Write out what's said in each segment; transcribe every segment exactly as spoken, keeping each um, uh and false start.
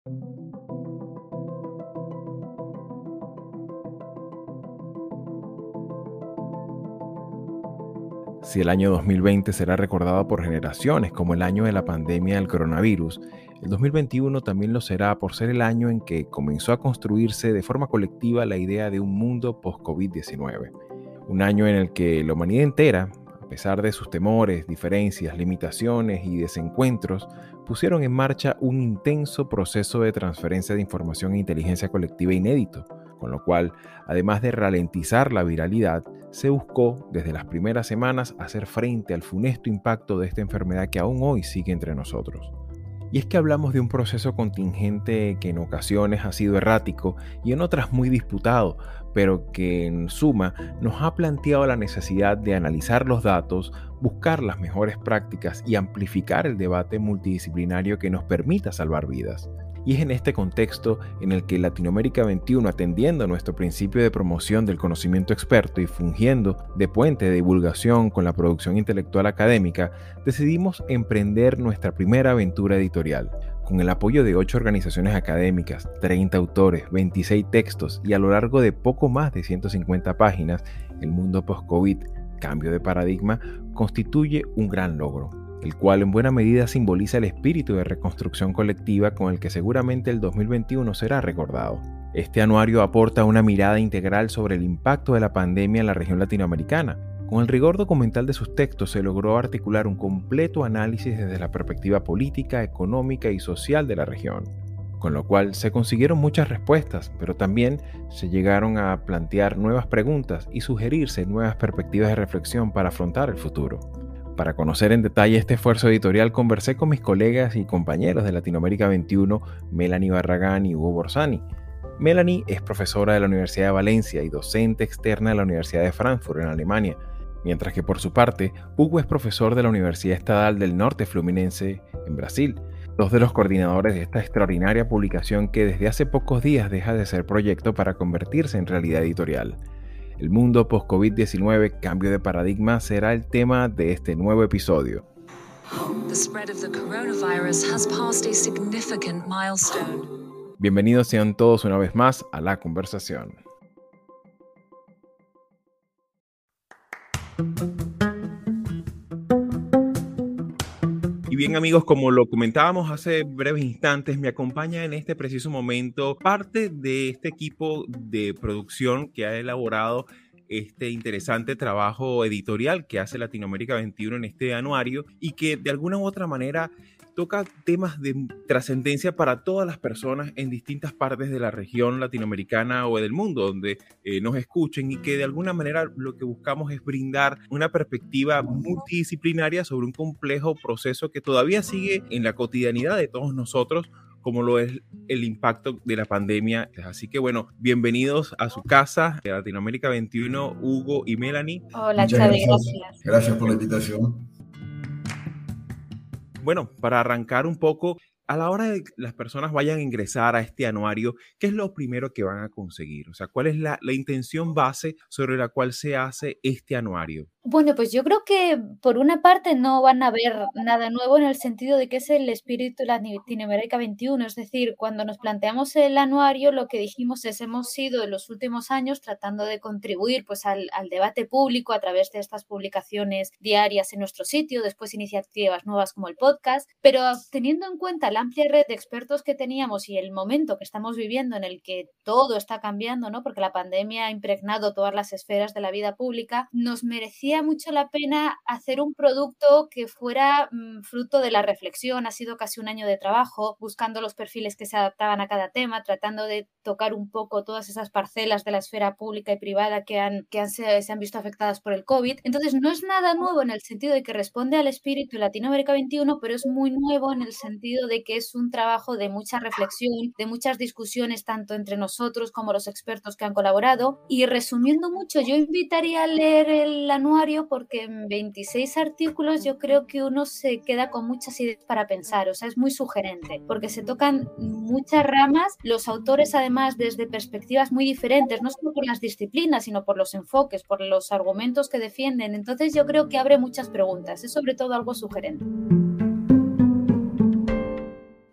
Si el año dos mil veinte será recordado por generaciones como el año de la pandemia del coronavirus, el dos mil veintiuno también lo será por ser el año en que comenzó a construirse de forma colectiva la idea de un mundo post-COVID diecinueve. Un año en el que la humanidad entera, a pesar de sus temores, diferencias, limitaciones y desencuentros, pusieron en marcha un intenso proceso de transferencia de información e inteligencia colectiva inédito, con lo cual, además de ralentizar la viralidad, se buscó desde las primeras semanas hacer frente al funesto impacto de esta enfermedad que aún hoy sigue entre nosotros. Y es que hablamos de un proceso contingente que en ocasiones ha sido errático y en otras muy disputado, pero que en suma nos ha planteado la necesidad de analizar los datos, buscar las mejores prácticas y amplificar el debate multidisciplinario que nos permita salvar vidas. Y es en este contexto en el que Latinoamérica veintiuno, atendiendo a nuestro principio de promoción del conocimiento experto y fungiendo de puente de divulgación con la producción intelectual académica, decidimos emprender nuestra primera aventura editorial. Con el apoyo de ocho organizaciones académicas, treinta autores, veintiséis textos y a lo largo de poco más de ciento cincuenta páginas, El mundo post-COVID, cambio de paradigma, constituye un gran logro, el cual en buena medida simboliza el espíritu de reconstrucción colectiva con el que seguramente el dos mil veintiuno será recordado. Este anuario aporta una mirada integral sobre el impacto de la pandemia en la región latinoamericana. Con el rigor documental de sus textos se logró articular un completo análisis desde la perspectiva política, económica y social de la región, con lo cual se consiguieron muchas respuestas, pero también se llegaron a plantear nuevas preguntas y sugerirse nuevas perspectivas de reflexión para afrontar el futuro. Para conocer en detalle este esfuerzo editorial, conversé con mis colegas y compañeros de Latinoamérica veintiuno, Melanie Barragán y Hugo Borsani. Melanie es profesora de la Universidad de Valencia y docente externa de la Universidad de Frankfurt, en Alemania, mientras que por su parte, Hugo es profesor de la Universidad Estatal del Norte Fluminense, en Brasil, dos de los coordinadores de esta extraordinaria publicación que desde hace pocos días deja de ser proyecto para convertirse en realidad editorial. El mundo post-COVID diecinueve, cambio de paradigma, será el tema de este nuevo episodio. The spread of the coronavirus has passed a significant milestone. Bienvenidos sean todos una vez más a la conversación. Y bien, amigos, como lo comentábamos hace breves instantes, me acompaña en este preciso momento parte de este equipo de producción que ha elaborado este interesante trabajo editorial que hace Latinoamérica veintiuno en este anuario y que de alguna u otra manera toca temas de trascendencia para todas las personas en distintas partes de la región latinoamericana o del mundo donde eh, nos escuchen, y que de alguna manera lo que buscamos es brindar una perspectiva multidisciplinaria sobre un complejo proceso que todavía sigue en la cotidianidad de todos nosotros, como lo es el impacto de la pandemia. Así que bueno, bienvenidos a su casa, de Latinoamérica veintiuno, Hugo y Melanie. Hola, Xavi, gracias. Gracias por la invitación. Bueno, para arrancar un poco, a la hora de que las personas vayan a ingresar a este anuario, ¿qué es lo primero que van a conseguir? O sea, ¿cuál es la, la intención base sobre la cual se hace este anuario? Bueno, pues yo creo que por una parte no van a ver nada nuevo en el sentido de que es el espíritu de Latinoamérica veintiuno, es decir, cuando nos planteamos el anuario lo que dijimos es hemos ido en los últimos años tratando de contribuir pues al, al debate público a través de estas publicaciones diarias en nuestro sitio, después iniciativas nuevas como el podcast, pero teniendo en cuenta la amplia red de expertos que teníamos y el momento que estamos viviendo en el que todo está cambiando, ¿no? Porque la pandemia ha impregnado todas las esferas de la vida pública, nos merecía mucho la pena hacer un producto que fuera mmm, fruto de la reflexión. Ha sido casi un año de trabajo buscando los perfiles que se adaptaban a cada tema, tratando de tocar un poco todas esas parcelas de la esfera pública y privada que, han, que han, se, se han visto afectadas por el COVID. Entonces no es nada nuevo en el sentido de que responde al espíritu de Latinoamérica veintiuno, pero es muy nuevo en el sentido de que es un trabajo de mucha reflexión, de muchas discusiones tanto entre nosotros como los expertos que han colaborado. Y resumiendo mucho, yo invitaría a leer el anuario porque en veintiséis artículos yo creo que uno se queda con muchas ideas para pensar, o sea, es muy sugerente, porque se tocan muchas ramas, los autores además desde perspectivas muy diferentes, no solo por las disciplinas, sino por los enfoques, por los argumentos que defienden, entonces yo creo que abre muchas preguntas, es sobre todo algo sugerente.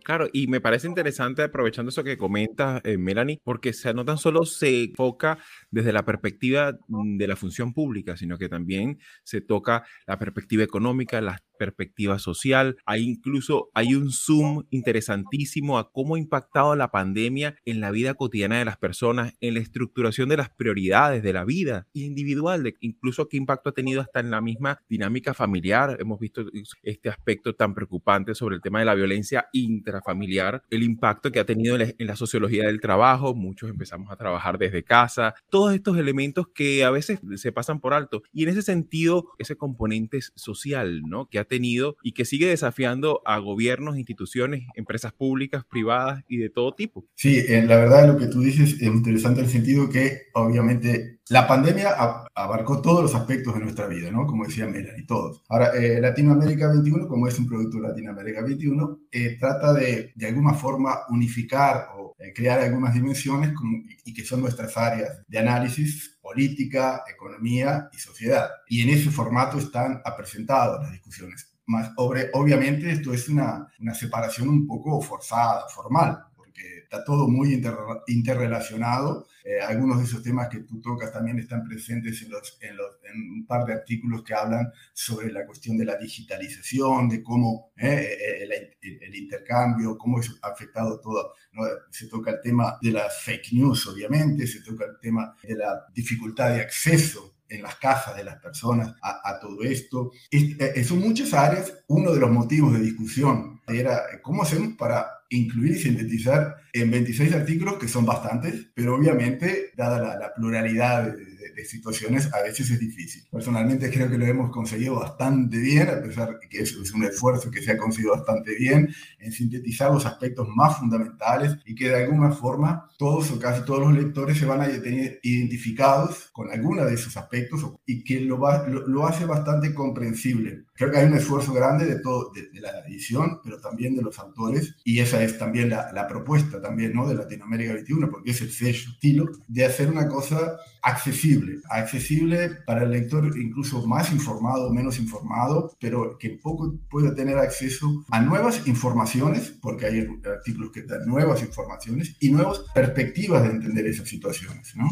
Claro, y me parece interesante, aprovechando eso que comentas, eh, Melanie, porque se, no tan solo se enfoca desde la perspectiva mm, de la función pública, sino que también se toca la perspectiva económica, la perspectiva social. Hay incluso, hay un zoom interesantísimo a cómo ha impactado la pandemia en la vida cotidiana de las personas, en la estructuración de las prioridades de la vida individual, de incluso qué impacto ha tenido hasta en la misma dinámica familiar. Hemos visto este aspecto tan preocupante sobre el tema de la violencia intrafamiliar, el impacto que ha tenido en la, en la sociología del trabajo. Muchos empezamos a trabajar desde casa, todos estos elementos que a veces se pasan por alto. Y en ese sentido, ese componente social, ¿no?, que ha tenido y que sigue desafiando a gobiernos, instituciones, empresas públicas, privadas y de todo tipo. Sí, eh, la verdad lo que tú dices es interesante en el sentido que obviamente la pandemia abarcó todos los aspectos de nuestra vida, ¿no? Como decía Melanie, todos. Ahora, eh, Latinoamérica veintiuno, como es un producto de Latinoamérica veintiuno, eh, trata de, de alguna forma, unificar o eh, crear algunas dimensiones como, y que son nuestras áreas de análisis: política, economía y sociedad. Y en ese formato están presentadas las discusiones. Más, obviamente esto es una, una separación un poco forzada, formal, porque está todo muy inter, interrelacionado. Eh, algunos de esos temas que tú tocas también están presentes en, los, en, los, en un par de artículos que hablan sobre la cuestión de la digitalización, de cómo eh, el, el, el intercambio, cómo eso ha afectado todo, ¿no? Se toca el tema de las fake news, obviamente, se toca el tema de la dificultad de acceso en las casas de las personas a, a todo esto. Es, eh, son muchas áreas. Uno de los motivos de discusión era cómo hacemos para incluir y sintetizar en veintiséis artículos, que son bastantes, pero obviamente, dada la, la pluralidad de, de, de situaciones, a veces es difícil. Personalmente creo que lo hemos conseguido bastante bien, a pesar de que es, es un esfuerzo que se ha conseguido bastante bien en sintetizar los aspectos más fundamentales y que de alguna forma todos o casi todos los lectores se van a tener identificados con alguno de esos aspectos y que lo, va, lo, lo hace bastante comprensible. Creo que hay un esfuerzo grande de, todo, de, de la edición, pero también de los autores, y esa es también la, la propuesta también, ¿no?, de Latinoamérica veintiuno, porque es el sello, estilo, de hacer una cosa accesible, accesible para el lector incluso más informado o menos informado, pero que poco pueda tener acceso a nuevas informaciones, porque hay artículos que dan nuevas informaciones y nuevas perspectivas de entender esas situaciones, ¿no?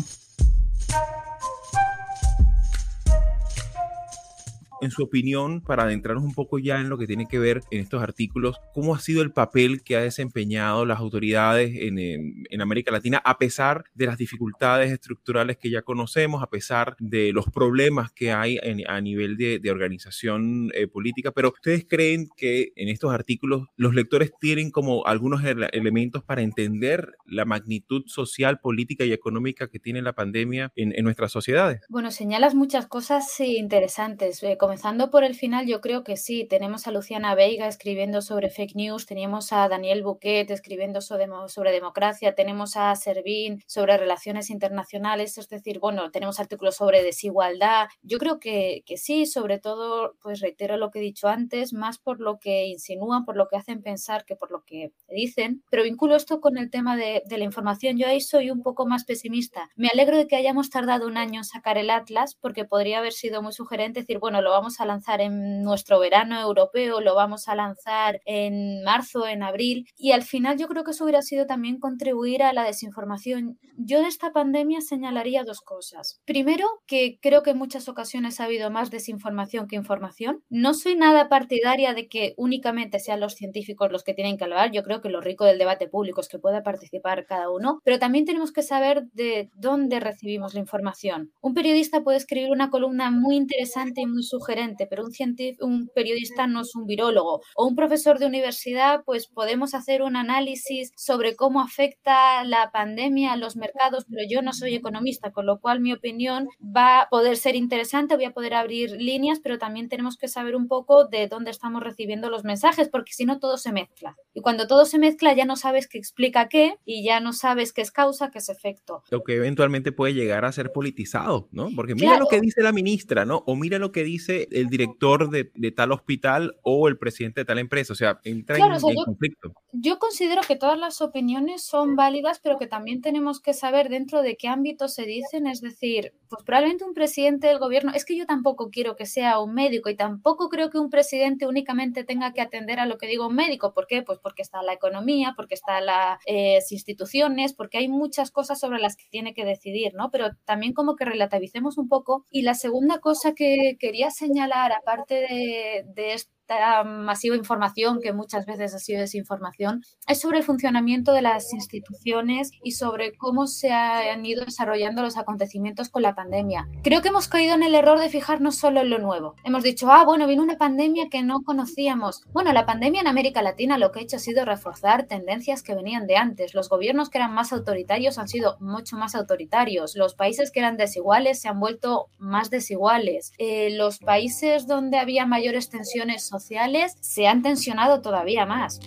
En su opinión, para adentrarnos un poco ya en lo que tiene que ver en estos artículos, ¿cómo ha sido el papel que ha desempeñado las autoridades en, en, en América Latina, a pesar de las dificultades estructurales que ya conocemos, a pesar de los problemas que hay en, a nivel de, de organización eh, política? Pero ¿ustedes creen que en estos artículos los lectores tienen como algunos ele- elementos para entender la magnitud social, política y económica que tiene la pandemia en, en nuestras sociedades? Bueno, señalas muchas cosas sí, interesantes. Eh, comenzando por el final, yo creo que sí. Tenemos a Luciana Veiga escribiendo sobre fake news, teníamos a Daniel Buquet escribiendo sobre, sobre democracia, tenemos a Servín sobre relaciones internacionales, es decir, bueno, tenemos artículos sobre desigualdad. Yo creo que, que sí, sobre todo, pues reitero lo que he dicho antes, más por lo que insinúan, por lo que hacen pensar que por lo que dicen, pero vinculo esto con el tema de, de la información. Yo ahí soy un poco más pesimista. Me alegro de que hayamos tardado un año en sacar el Atlas, porque podría haber sido muy sugerente decir, bueno, lo vamos a lanzar en nuestro verano europeo, lo vamos a lanzar en marzo, en abril, y al final yo creo que eso hubiera sido también contribuir a la desinformación. Yo de esta pandemia señalaría dos cosas. Primero, que creo que en muchas ocasiones ha habido más desinformación que información. No soy nada partidaria de que únicamente sean los científicos los que tienen que hablar. Yo creo que lo rico del debate público es que pueda participar cada uno, pero también tenemos que saber de dónde recibimos la información. Un periodista puede escribir una columna muy interesante y muy sugerente, pero un, un periodista no es un virólogo. O un profesor de universidad, pues podemos hacer un análisis sobre cómo afecta la pandemia a los mercados, pero yo no soy economista, con lo cual mi opinión va a poder ser interesante, voy a poder abrir líneas, pero también tenemos que saber un poco de dónde estamos recibiendo los mensajes, porque si no todo se mezcla. Y cuando todo se mezcla ya no sabes qué explica qué y ya no sabes qué es causa, qué es efecto. Lo que eventualmente puede llegar a ser politizado, ¿no? Porque mira claro. lo que dice la ministra, ¿no? O mira lo que dice dice el director de, de tal hospital o el presidente de tal empresa. O sea, entra Claro, en, o sea, en yo, conflicto. yo considero que todas las opiniones son válidas, pero que también tenemos que saber dentro de qué ámbito se dicen. Es decir, pues probablemente un presidente del gobierno, es que yo tampoco quiero que sea un médico y tampoco creo que un presidente únicamente tenga que atender a lo que diga un médico. ¿Por qué? Pues porque está la economía, porque están las eh, instituciones, porque hay muchas cosas sobre las que tiene que decidir, ¿no? Pero también como que relativicemos un poco. Y la segunda cosa que quería señalar, aparte de, de esto, esta masiva información, que muchas veces ha sido desinformación, es sobre el funcionamiento de las instituciones y sobre cómo se han ido desarrollando los acontecimientos con la pandemia. Creo que hemos caído en el error de fijarnos solo en lo nuevo. Hemos dicho, ah, bueno, vino una pandemia que no conocíamos. Bueno, la pandemia en América Latina lo que ha hecho ha sido reforzar tendencias que venían de antes. Los gobiernos que eran más autoritarios han sido mucho más autoritarios. Los países que eran desiguales se han vuelto más desiguales. Eh, los países donde había mayores tensiones sociales sociales se han tensionado todavía más.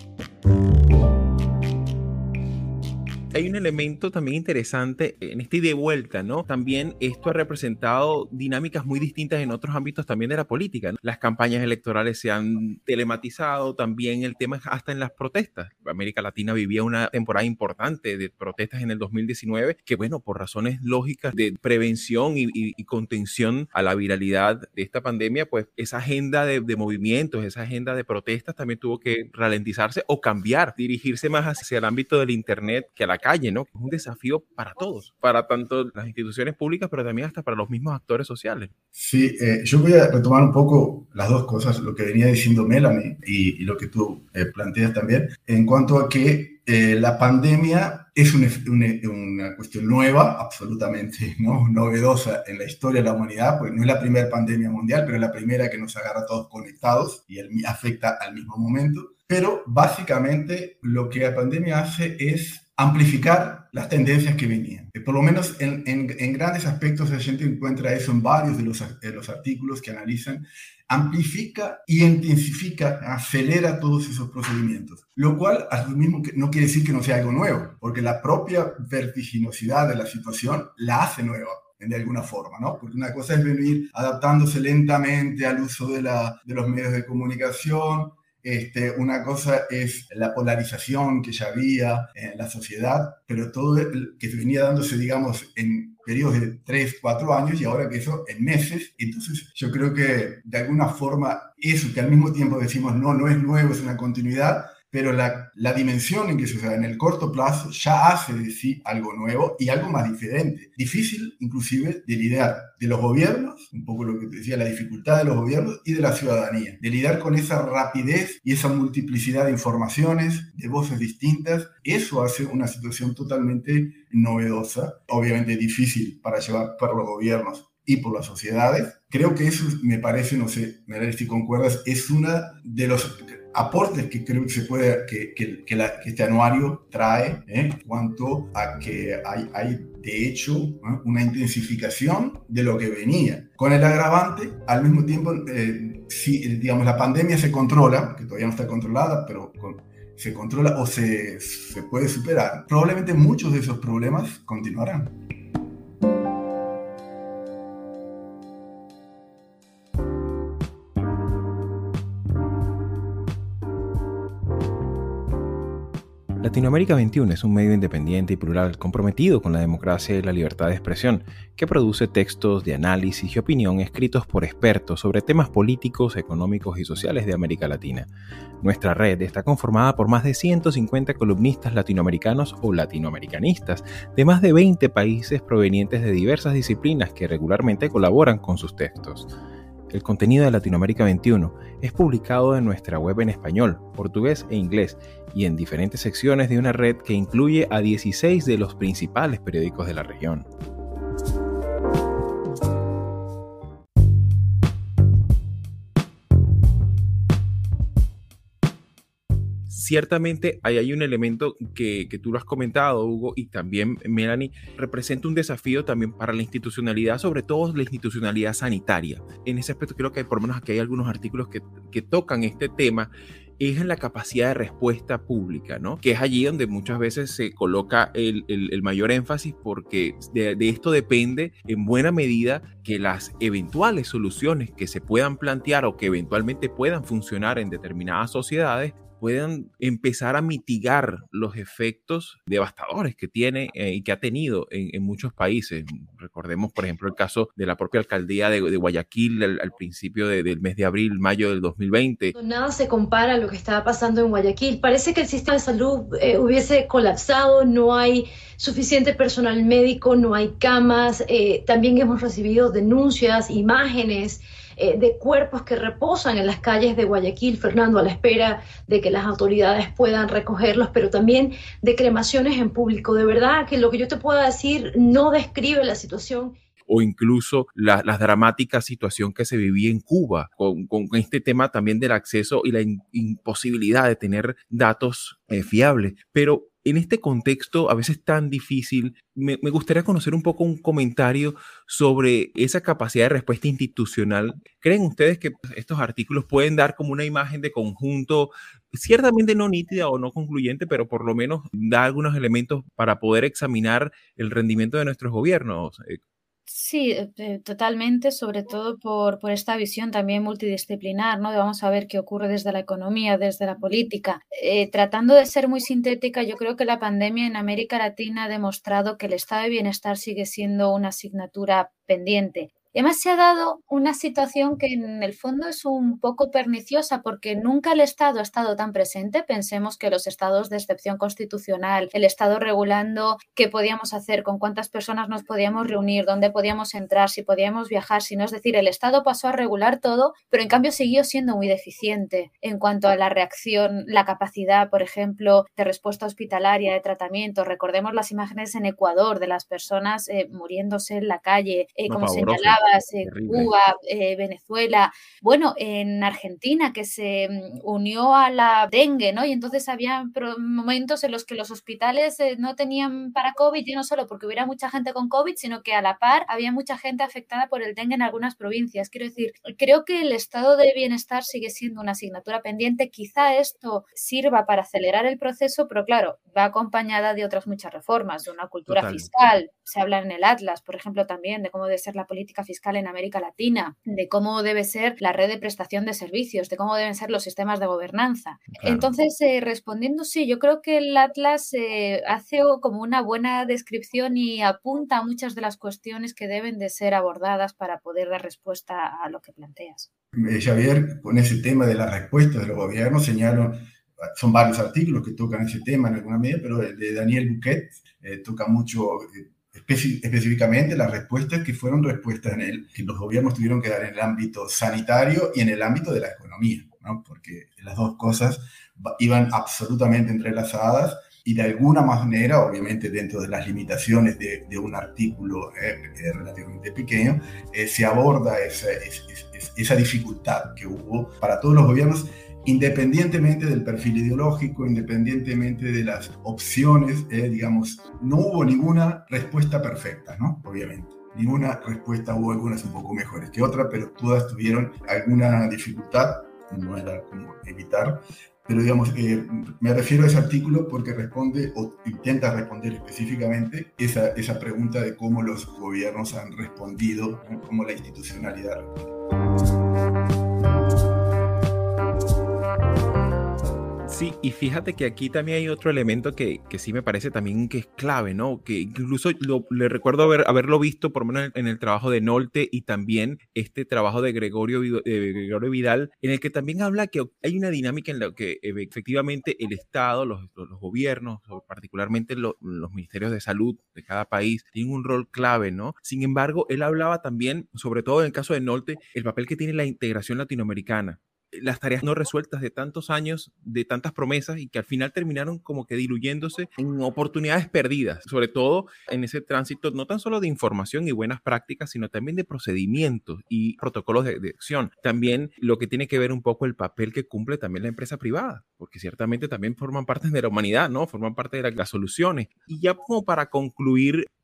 Hay un elemento también interesante en este ida y vuelta, ¿no? También esto ha representado dinámicas muy distintas en otros ámbitos también de la política, ¿no? Las campañas electorales se han telematizado, también el tema hasta en las protestas. América Latina vivía una temporada importante de protestas en el dos mil diecinueve, que bueno, por razones lógicas de prevención y, y, y contención a la viralidad de esta pandemia, pues esa agenda de, de movimientos, esa agenda de protestas también tuvo que ralentizarse o cambiar, dirigirse más hacia el ámbito del internet que a la calle, ¿no? Es un desafío para todos, para tanto las instituciones públicas, pero también hasta para los mismos actores sociales. Sí, eh, yo voy a retomar un poco las dos cosas, lo que venía diciendo Melanie y, y lo que tú eh, planteas también, en cuanto a que eh, la pandemia es una, una, una cuestión nueva, absolutamente, ¿no?, novedosa en la historia de la humanidad, pues no es la primera pandemia mundial, pero es la primera que nos agarra a todos conectados y el, afecta al mismo momento. Pero básicamente lo que la pandemia hace es amplificar las tendencias que venían. Por lo menos en, en, en grandes aspectos la gente encuentra eso en varios de los, de los artículos que analizan. Amplifica y intensifica, acelera todos esos procedimientos. Lo cual, al mismo que no quiere decir que no sea algo nuevo, porque la propia vertiginosidad de la situación la hace nueva de alguna forma, ¿no? Porque una cosa es venir adaptándose lentamente al uso de, la, de los medios de comunicación. Este, una cosa es la polarización que ya había en la sociedad, pero todo el, que venía dándose, digamos, en periodos de tres, cuatro años y ahora que eso en meses. Entonces yo creo que de alguna forma eso que al mismo tiempo decimos no, no es nuevo, es una continuidad, pero la, la dimensión en que se usa en el corto plazo ya hace de sí algo nuevo y algo más diferente. Difícil, inclusive, de lidiar de los gobiernos, un poco lo que te decía, la dificultad de los gobiernos y de la ciudadanía, de lidiar con esa rapidez y esa multiplicidad de informaciones, de voces distintas. Eso hace una situación totalmente novedosa, obviamente difícil para llevar por los gobiernos y por las sociedades. Creo que eso me parece, no sé, me parece si concuerdas, es una de los aportes que creo que se puede, que, que, que, la, que este anuario trae, ¿eh? En cuanto a que hay, hay de hecho, ¿eh?, una intensificación de lo que venía. Con el agravante, al mismo tiempo, eh, si digamos la pandemia se controla, que todavía no está controlada, pero con, se controla o se, se puede superar, probablemente muchos de esos problemas continuarán. Latinoamérica veintiuno es un medio independiente y plural comprometido con la democracia y la libertad de expresión, que produce textos de análisis y opinión escritos por expertos sobre temas políticos, económicos y sociales de América Latina. Nuestra red está conformada por más de ciento cincuenta columnistas latinoamericanos o latinoamericanistas de más de veinte países provenientes de diversas disciplinas que regularmente colaboran con sus textos. El contenido de Latinoamérica veintiuno es publicado en nuestra web en español, portugués e inglés y en diferentes secciones de una red que incluye a dieciséis de los principales periódicos de la región. Ciertamente ahí hay un elemento que, que tú lo has comentado, Hugo, y también Melanie, representa un desafío también para la institucionalidad, sobre todo la institucionalidad sanitaria. En ese aspecto creo que por lo menos aquí hay algunos artículos que, que tocan este tema es en la capacidad de respuesta pública, ¿no? Que es allí donde muchas veces se coloca el, el, el mayor énfasis, porque de, de esto depende en buena medida que las eventuales soluciones que se puedan plantear o que eventualmente puedan funcionar en determinadas sociedades puedan empezar a mitigar los efectos devastadores que tiene eh, y que ha tenido en, en muchos países. Recordemos, por ejemplo, el caso de la propia alcaldía de, de Guayaquil al, al principio de, del mes de abril, mayo del dos mil veinte. Nada se compara a lo que estaba pasando en Guayaquil. Parece que el sistema de salud eh, hubiese colapsado, no hay suficiente personal médico, no hay camas. Eh, también hemos recibido denuncias, imágenes eh, de cuerpos que reposan en las calles de Guayaquil, Fernando, a la espera de que las autoridades puedan recogerlos, pero también de cremaciones en público. De verdad que lo que yo te pueda decir no describe la situación. O incluso la, la dramática situación que se vivía en Cuba, con, con este tema también del acceso y la in, imposibilidad de tener datos eh, fiables. Pero en este contexto a veces tan difícil, me, me gustaría conocer un poco un comentario sobre esa capacidad de respuesta institucional. ¿Creen ustedes que estos artículos pueden dar como una imagen de conjunto, ciertamente no nítida o no concluyente, pero por lo menos da algunos elementos para poder examinar el rendimiento de nuestros gobiernos? Sí, eh, totalmente, sobre todo por, por esta visión también multidisciplinar, ¿no? De vamos a ver qué ocurre desde la economía, desde la política. Eh, tratando de ser muy sintética, yo creo que la pandemia en América Latina ha demostrado que el estado de bienestar sigue siendo una asignatura pendiente. Además, se ha dado una situación que en el fondo es un poco perniciosa porque nunca el Estado ha estado tan presente. Pensemos que los estados de excepción constitucional, el Estado regulando qué podíamos hacer, con cuántas personas nos podíamos reunir, dónde podíamos entrar, si podíamos viajar, si no. Es decir, el Estado pasó a regular todo, pero en cambio siguió siendo muy deficiente en cuanto a la reacción, la capacidad, por ejemplo, de respuesta hospitalaria, de tratamiento. Recordemos las imágenes en Ecuador de las personas eh, muriéndose en la calle, eh, No, como pavoroso. señalaba. Eh, Cuba, eh, Venezuela, bueno, en Argentina, que se unió a la dengue, ¿no? Y entonces había momentos en los que los hospitales eh, no tenían para COVID, y no solo porque hubiera mucha gente con COVID, sino que a la par había mucha gente afectada por el dengue en algunas provincias. Quiero decir, creo que el estado de bienestar sigue siendo una asignatura pendiente. Quizá esto sirva para acelerar el proceso, pero claro, va acompañada de otras muchas reformas, de una cultura Total. fiscal. Se habla en el Atlas, por ejemplo, también de cómo debe ser la política fiscal en América Latina, de cómo debe ser la red de prestación de servicios, de cómo deben ser los sistemas de gobernanza. Claro. Entonces, eh, respondiendo, sí, yo creo que el Atlas eh, hace como una buena descripción y apunta a muchas de las cuestiones que deben de ser abordadas para poder dar respuesta a lo que planteas. Eh, Javier, con ese tema de la respuesta de los gobiernos, señalo, son varios artículos que tocan ese tema en alguna medida, pero el de Daniel Buquet eh, toca mucho... Eh, específicamente las respuestas que fueron respuestas en el, que los gobiernos tuvieron que dar en el ámbito sanitario y en el ámbito de la economía, ¿no? Porque las dos cosas iban absolutamente entrelazadas y de alguna manera, obviamente dentro de las limitaciones de, de un artículo eh, eh, relativamente pequeño, eh, se aborda esa, esa, esa dificultad que hubo para todos los gobiernos, independientemente del perfil ideológico, independientemente de las opciones, eh, digamos, no hubo ninguna respuesta perfecta, ¿no? Obviamente. Ninguna respuesta, hubo algunas un poco mejores que otras, pero todas tuvieron alguna dificultad, no era como evitar, pero digamos, eh, me refiero a ese artículo porque responde o intenta responder específicamente esa, esa pregunta de cómo los gobiernos han respondido, ¿no? Cómo la institucionalidad ha respondido. Sí, y fíjate que aquí también hay otro elemento que, que sí me parece también que es clave, ¿no? Que incluso lo, le recuerdo haber, haberlo visto por lo menos en el trabajo de Nolte y también este trabajo de Gregorio, de Gregorio Vidal, en el que también habla que hay una dinámica en la que efectivamente el Estado, los, los gobiernos, particularmente los, los ministerios de salud de cada país, tienen un rol clave, ¿no? Sin embargo, él hablaba también, sobre todo en el caso de Nolte, el papel que tiene la integración latinoamericana. Las tareas no resueltas de tantos años, de tantas promesas y que al final terminaron como que diluyéndose en oportunidades perdidas, sobre todo en ese tránsito no tan solo de información y buenas prácticas, sino también de procedimientos y protocolos de, de acción. También lo que tiene que ver un poco el papel que cumple también la empresa privada, porque ciertamente también forman parte de la humanidad, ¿no? Forman parte de la, las soluciones. Y ya como para concluir,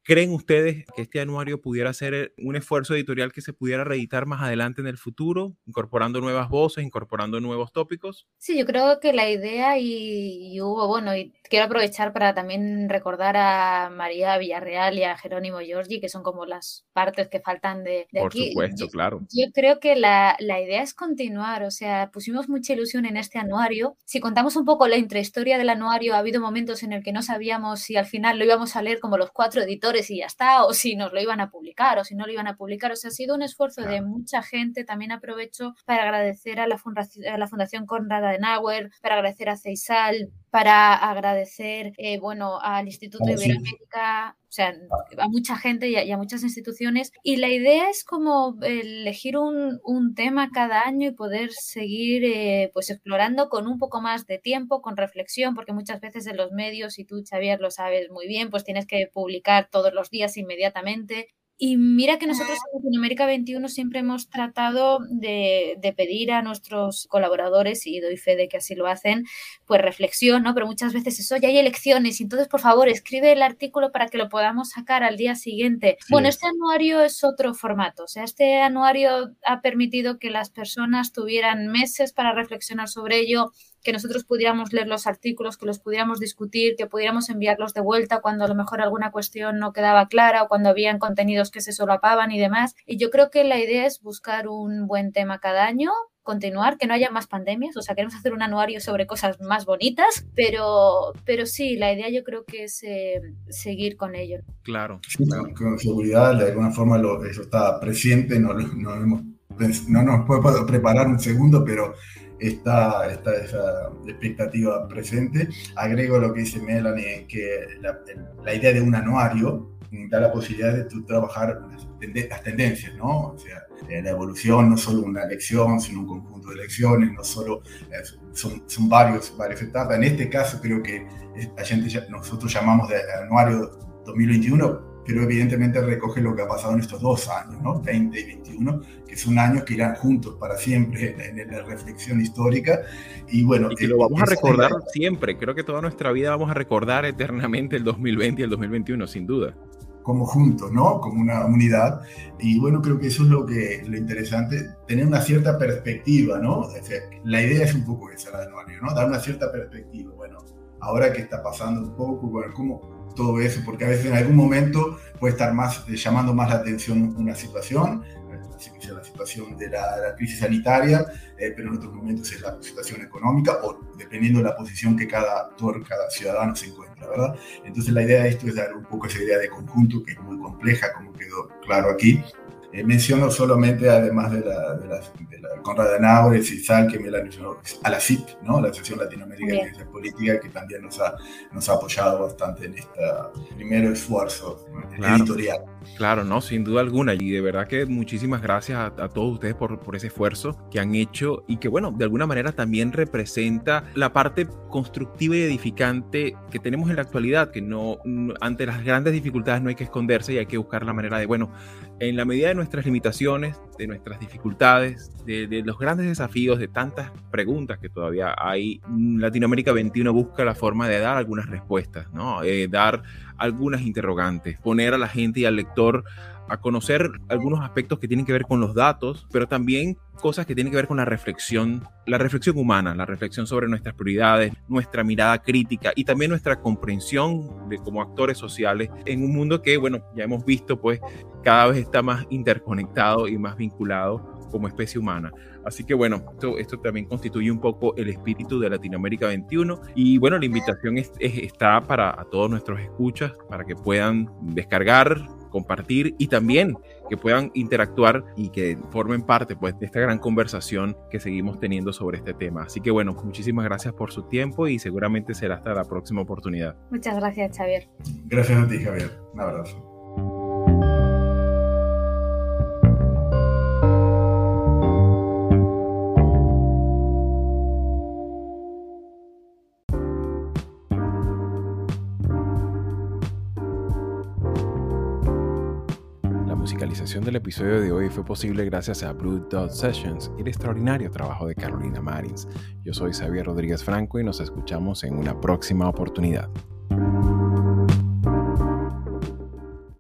¿Creen ustedes que este anuario pudiera ser un esfuerzo editorial que se pudiera reeditar más adelante en el futuro, incorporando nuevas voces, incorporando nuevos tópicos? Sí, yo creo que la idea y, y hubo, bueno, y quiero aprovechar para también recordar a María Villarreal y a Jerónimo Giorgi, que son como las partes que faltan de, de Por aquí. supuesto, yo, claro. Yo creo que la, la idea es continuar, o sea, pusimos mucha ilusión en este anuario. Si contamos un poco la intrahistoria del anuario, ha habido momentos en el que no sabíamos si al final lo íbamos a leer como los cuatro editores y ya está, o si nos lo iban a publicar, o si no lo iban a publicar. O sea, ha sido un esfuerzo claro. de mucha gente. También aprovecho para agradecer a la Fundación, a la Fundación Konrad Adenauer, para agradecer a CEISAL, para agradecer, eh, bueno, al Instituto oh, Iberoamérica, sí. o sea, a mucha gente y a, y a muchas instituciones. Y la idea es como elegir un, un tema cada año y poder seguir eh, pues explorando con un poco más de tiempo, con reflexión, porque muchas veces en los medios, y tú, Xavier, lo sabes muy bien, pues tienes que publicar todos los días inmediatamente. Y mira que nosotros en Latinoamérica veintiuno siempre hemos tratado de, de pedir a nuestros colaboradores, y doy fe de que así lo hacen, pues reflexión, ¿no? Pero muchas veces eso, ya hay elecciones, y entonces, por favor, escribe el artículo para que lo podamos sacar al día siguiente. Sí. Bueno, este anuario es otro formato, o sea, este anuario ha permitido que las personas tuvieran meses para reflexionar sobre ello, que nosotros pudiéramos leer los artículos, que los pudiéramos discutir, que pudiéramos enviarlos de vuelta cuando a lo mejor alguna cuestión no quedaba clara o cuando habían contenidos que se solapaban y demás. Y yo creo que la idea es buscar un buen tema cada año, continuar, que no haya más pandemias, o sea, queremos hacer un anuario sobre cosas más bonitas, pero, pero sí, la idea yo creo que es eh, seguir con ello. Claro. Sí, con, con seguridad, de alguna forma lo, eso está presente, no, no, hemos, no nos puede preparar un segundo, pero está, está esa expectativa presente. Agrego lo que dice Melanie, que la, la idea de un anuario da la posibilidad de tú trabajar las tendencias, ¿no? O sea, la evolución no solo una elección, sino un conjunto de elecciones, no solo, son, son varios, varias etapas. En este caso creo que la gente, nosotros llamamos de anuario dos mil veintiuno, pero evidentemente recoge lo que ha pasado en estos dos años, ¿no? veinte y veintiuno, que son años que irán juntos para siempre en, en la reflexión histórica. Y bueno, y que lo vamos a recordar la... siempre. Creo que toda nuestra vida vamos a recordar eternamente el dos mil veinte y el dos mil veintiuno, sin duda. Como juntos, ¿no? Como una unidad. Y bueno, creo que eso es lo que lo interesante, tener una cierta perspectiva, ¿no? O sea, la idea es un poco esa, la de anuario, ¿no? Dar una cierta perspectiva. Bueno, ahora que está pasando un poco, bueno, ¿cómo todo eso? Porque a veces en algún momento puede estar más, llamando más la atención una situación, la situación de la, la crisis sanitaria, eh, pero en otros momentos es la situación económica, o dependiendo de la posición que cada actor, cada ciudadano se encuentra, ¿verdad? Entonces la idea de esto es dar un poco esa idea de conjunto, que es muy compleja, como quedó claro aquí. Eh, menciono solamente, además de la, de la, de la Konrad Adenauer, CEISAL, que me la mencionó, a la C I P, ¿no? La Asociación Latinoamericana de Ciencias Políticas, que también nos ha, nos ha apoyado bastante en este primer esfuerzo claro, editorial. Claro, no, sin duda alguna. Y de verdad que muchísimas gracias a, a todos ustedes por, por ese esfuerzo que han hecho y que, bueno, de alguna manera también representa la parte constructiva y edificante que tenemos en la actualidad, que no, ante las grandes dificultades no hay que esconderse y hay que buscar la manera de, bueno, en la medida de nuestras limitaciones, de nuestras dificultades, de, de los grandes desafíos, de tantas preguntas que todavía hay, Latinoamérica veintiuno busca la forma de dar algunas respuestas, ¿no? Eh, dar algunas interrogantes, poner a la gente y al lector a conocer algunos aspectos que tienen que ver con los datos, pero también cosas que tienen que ver con la reflexión, la reflexión humana, la reflexión sobre nuestras prioridades, nuestra mirada crítica y también nuestra comprensión de como actores sociales en un mundo que, bueno, ya hemos visto, pues cada vez está más interconectado y más vinculado como especie humana. Así que bueno, esto, esto también constituye un poco el espíritu de Latinoamérica veintiuno y bueno, la invitación es, es, está para a todos nuestros escuchas, para que puedan descargar, compartir y también que puedan interactuar y que formen parte pues de esta gran conversación que seguimos teniendo sobre este tema. Así que bueno, muchísimas gracias por su tiempo y seguramente será hasta la próxima oportunidad. Muchas gracias, Xavier. Gracias a ti, Javier. Un abrazo. La musicalización del episodio de hoy fue posible gracias a Blue Dot Sessions y el extraordinario trabajo de Carolina Marins. Yo soy Xavier Rodríguez Franco y nos escuchamos en una próxima oportunidad.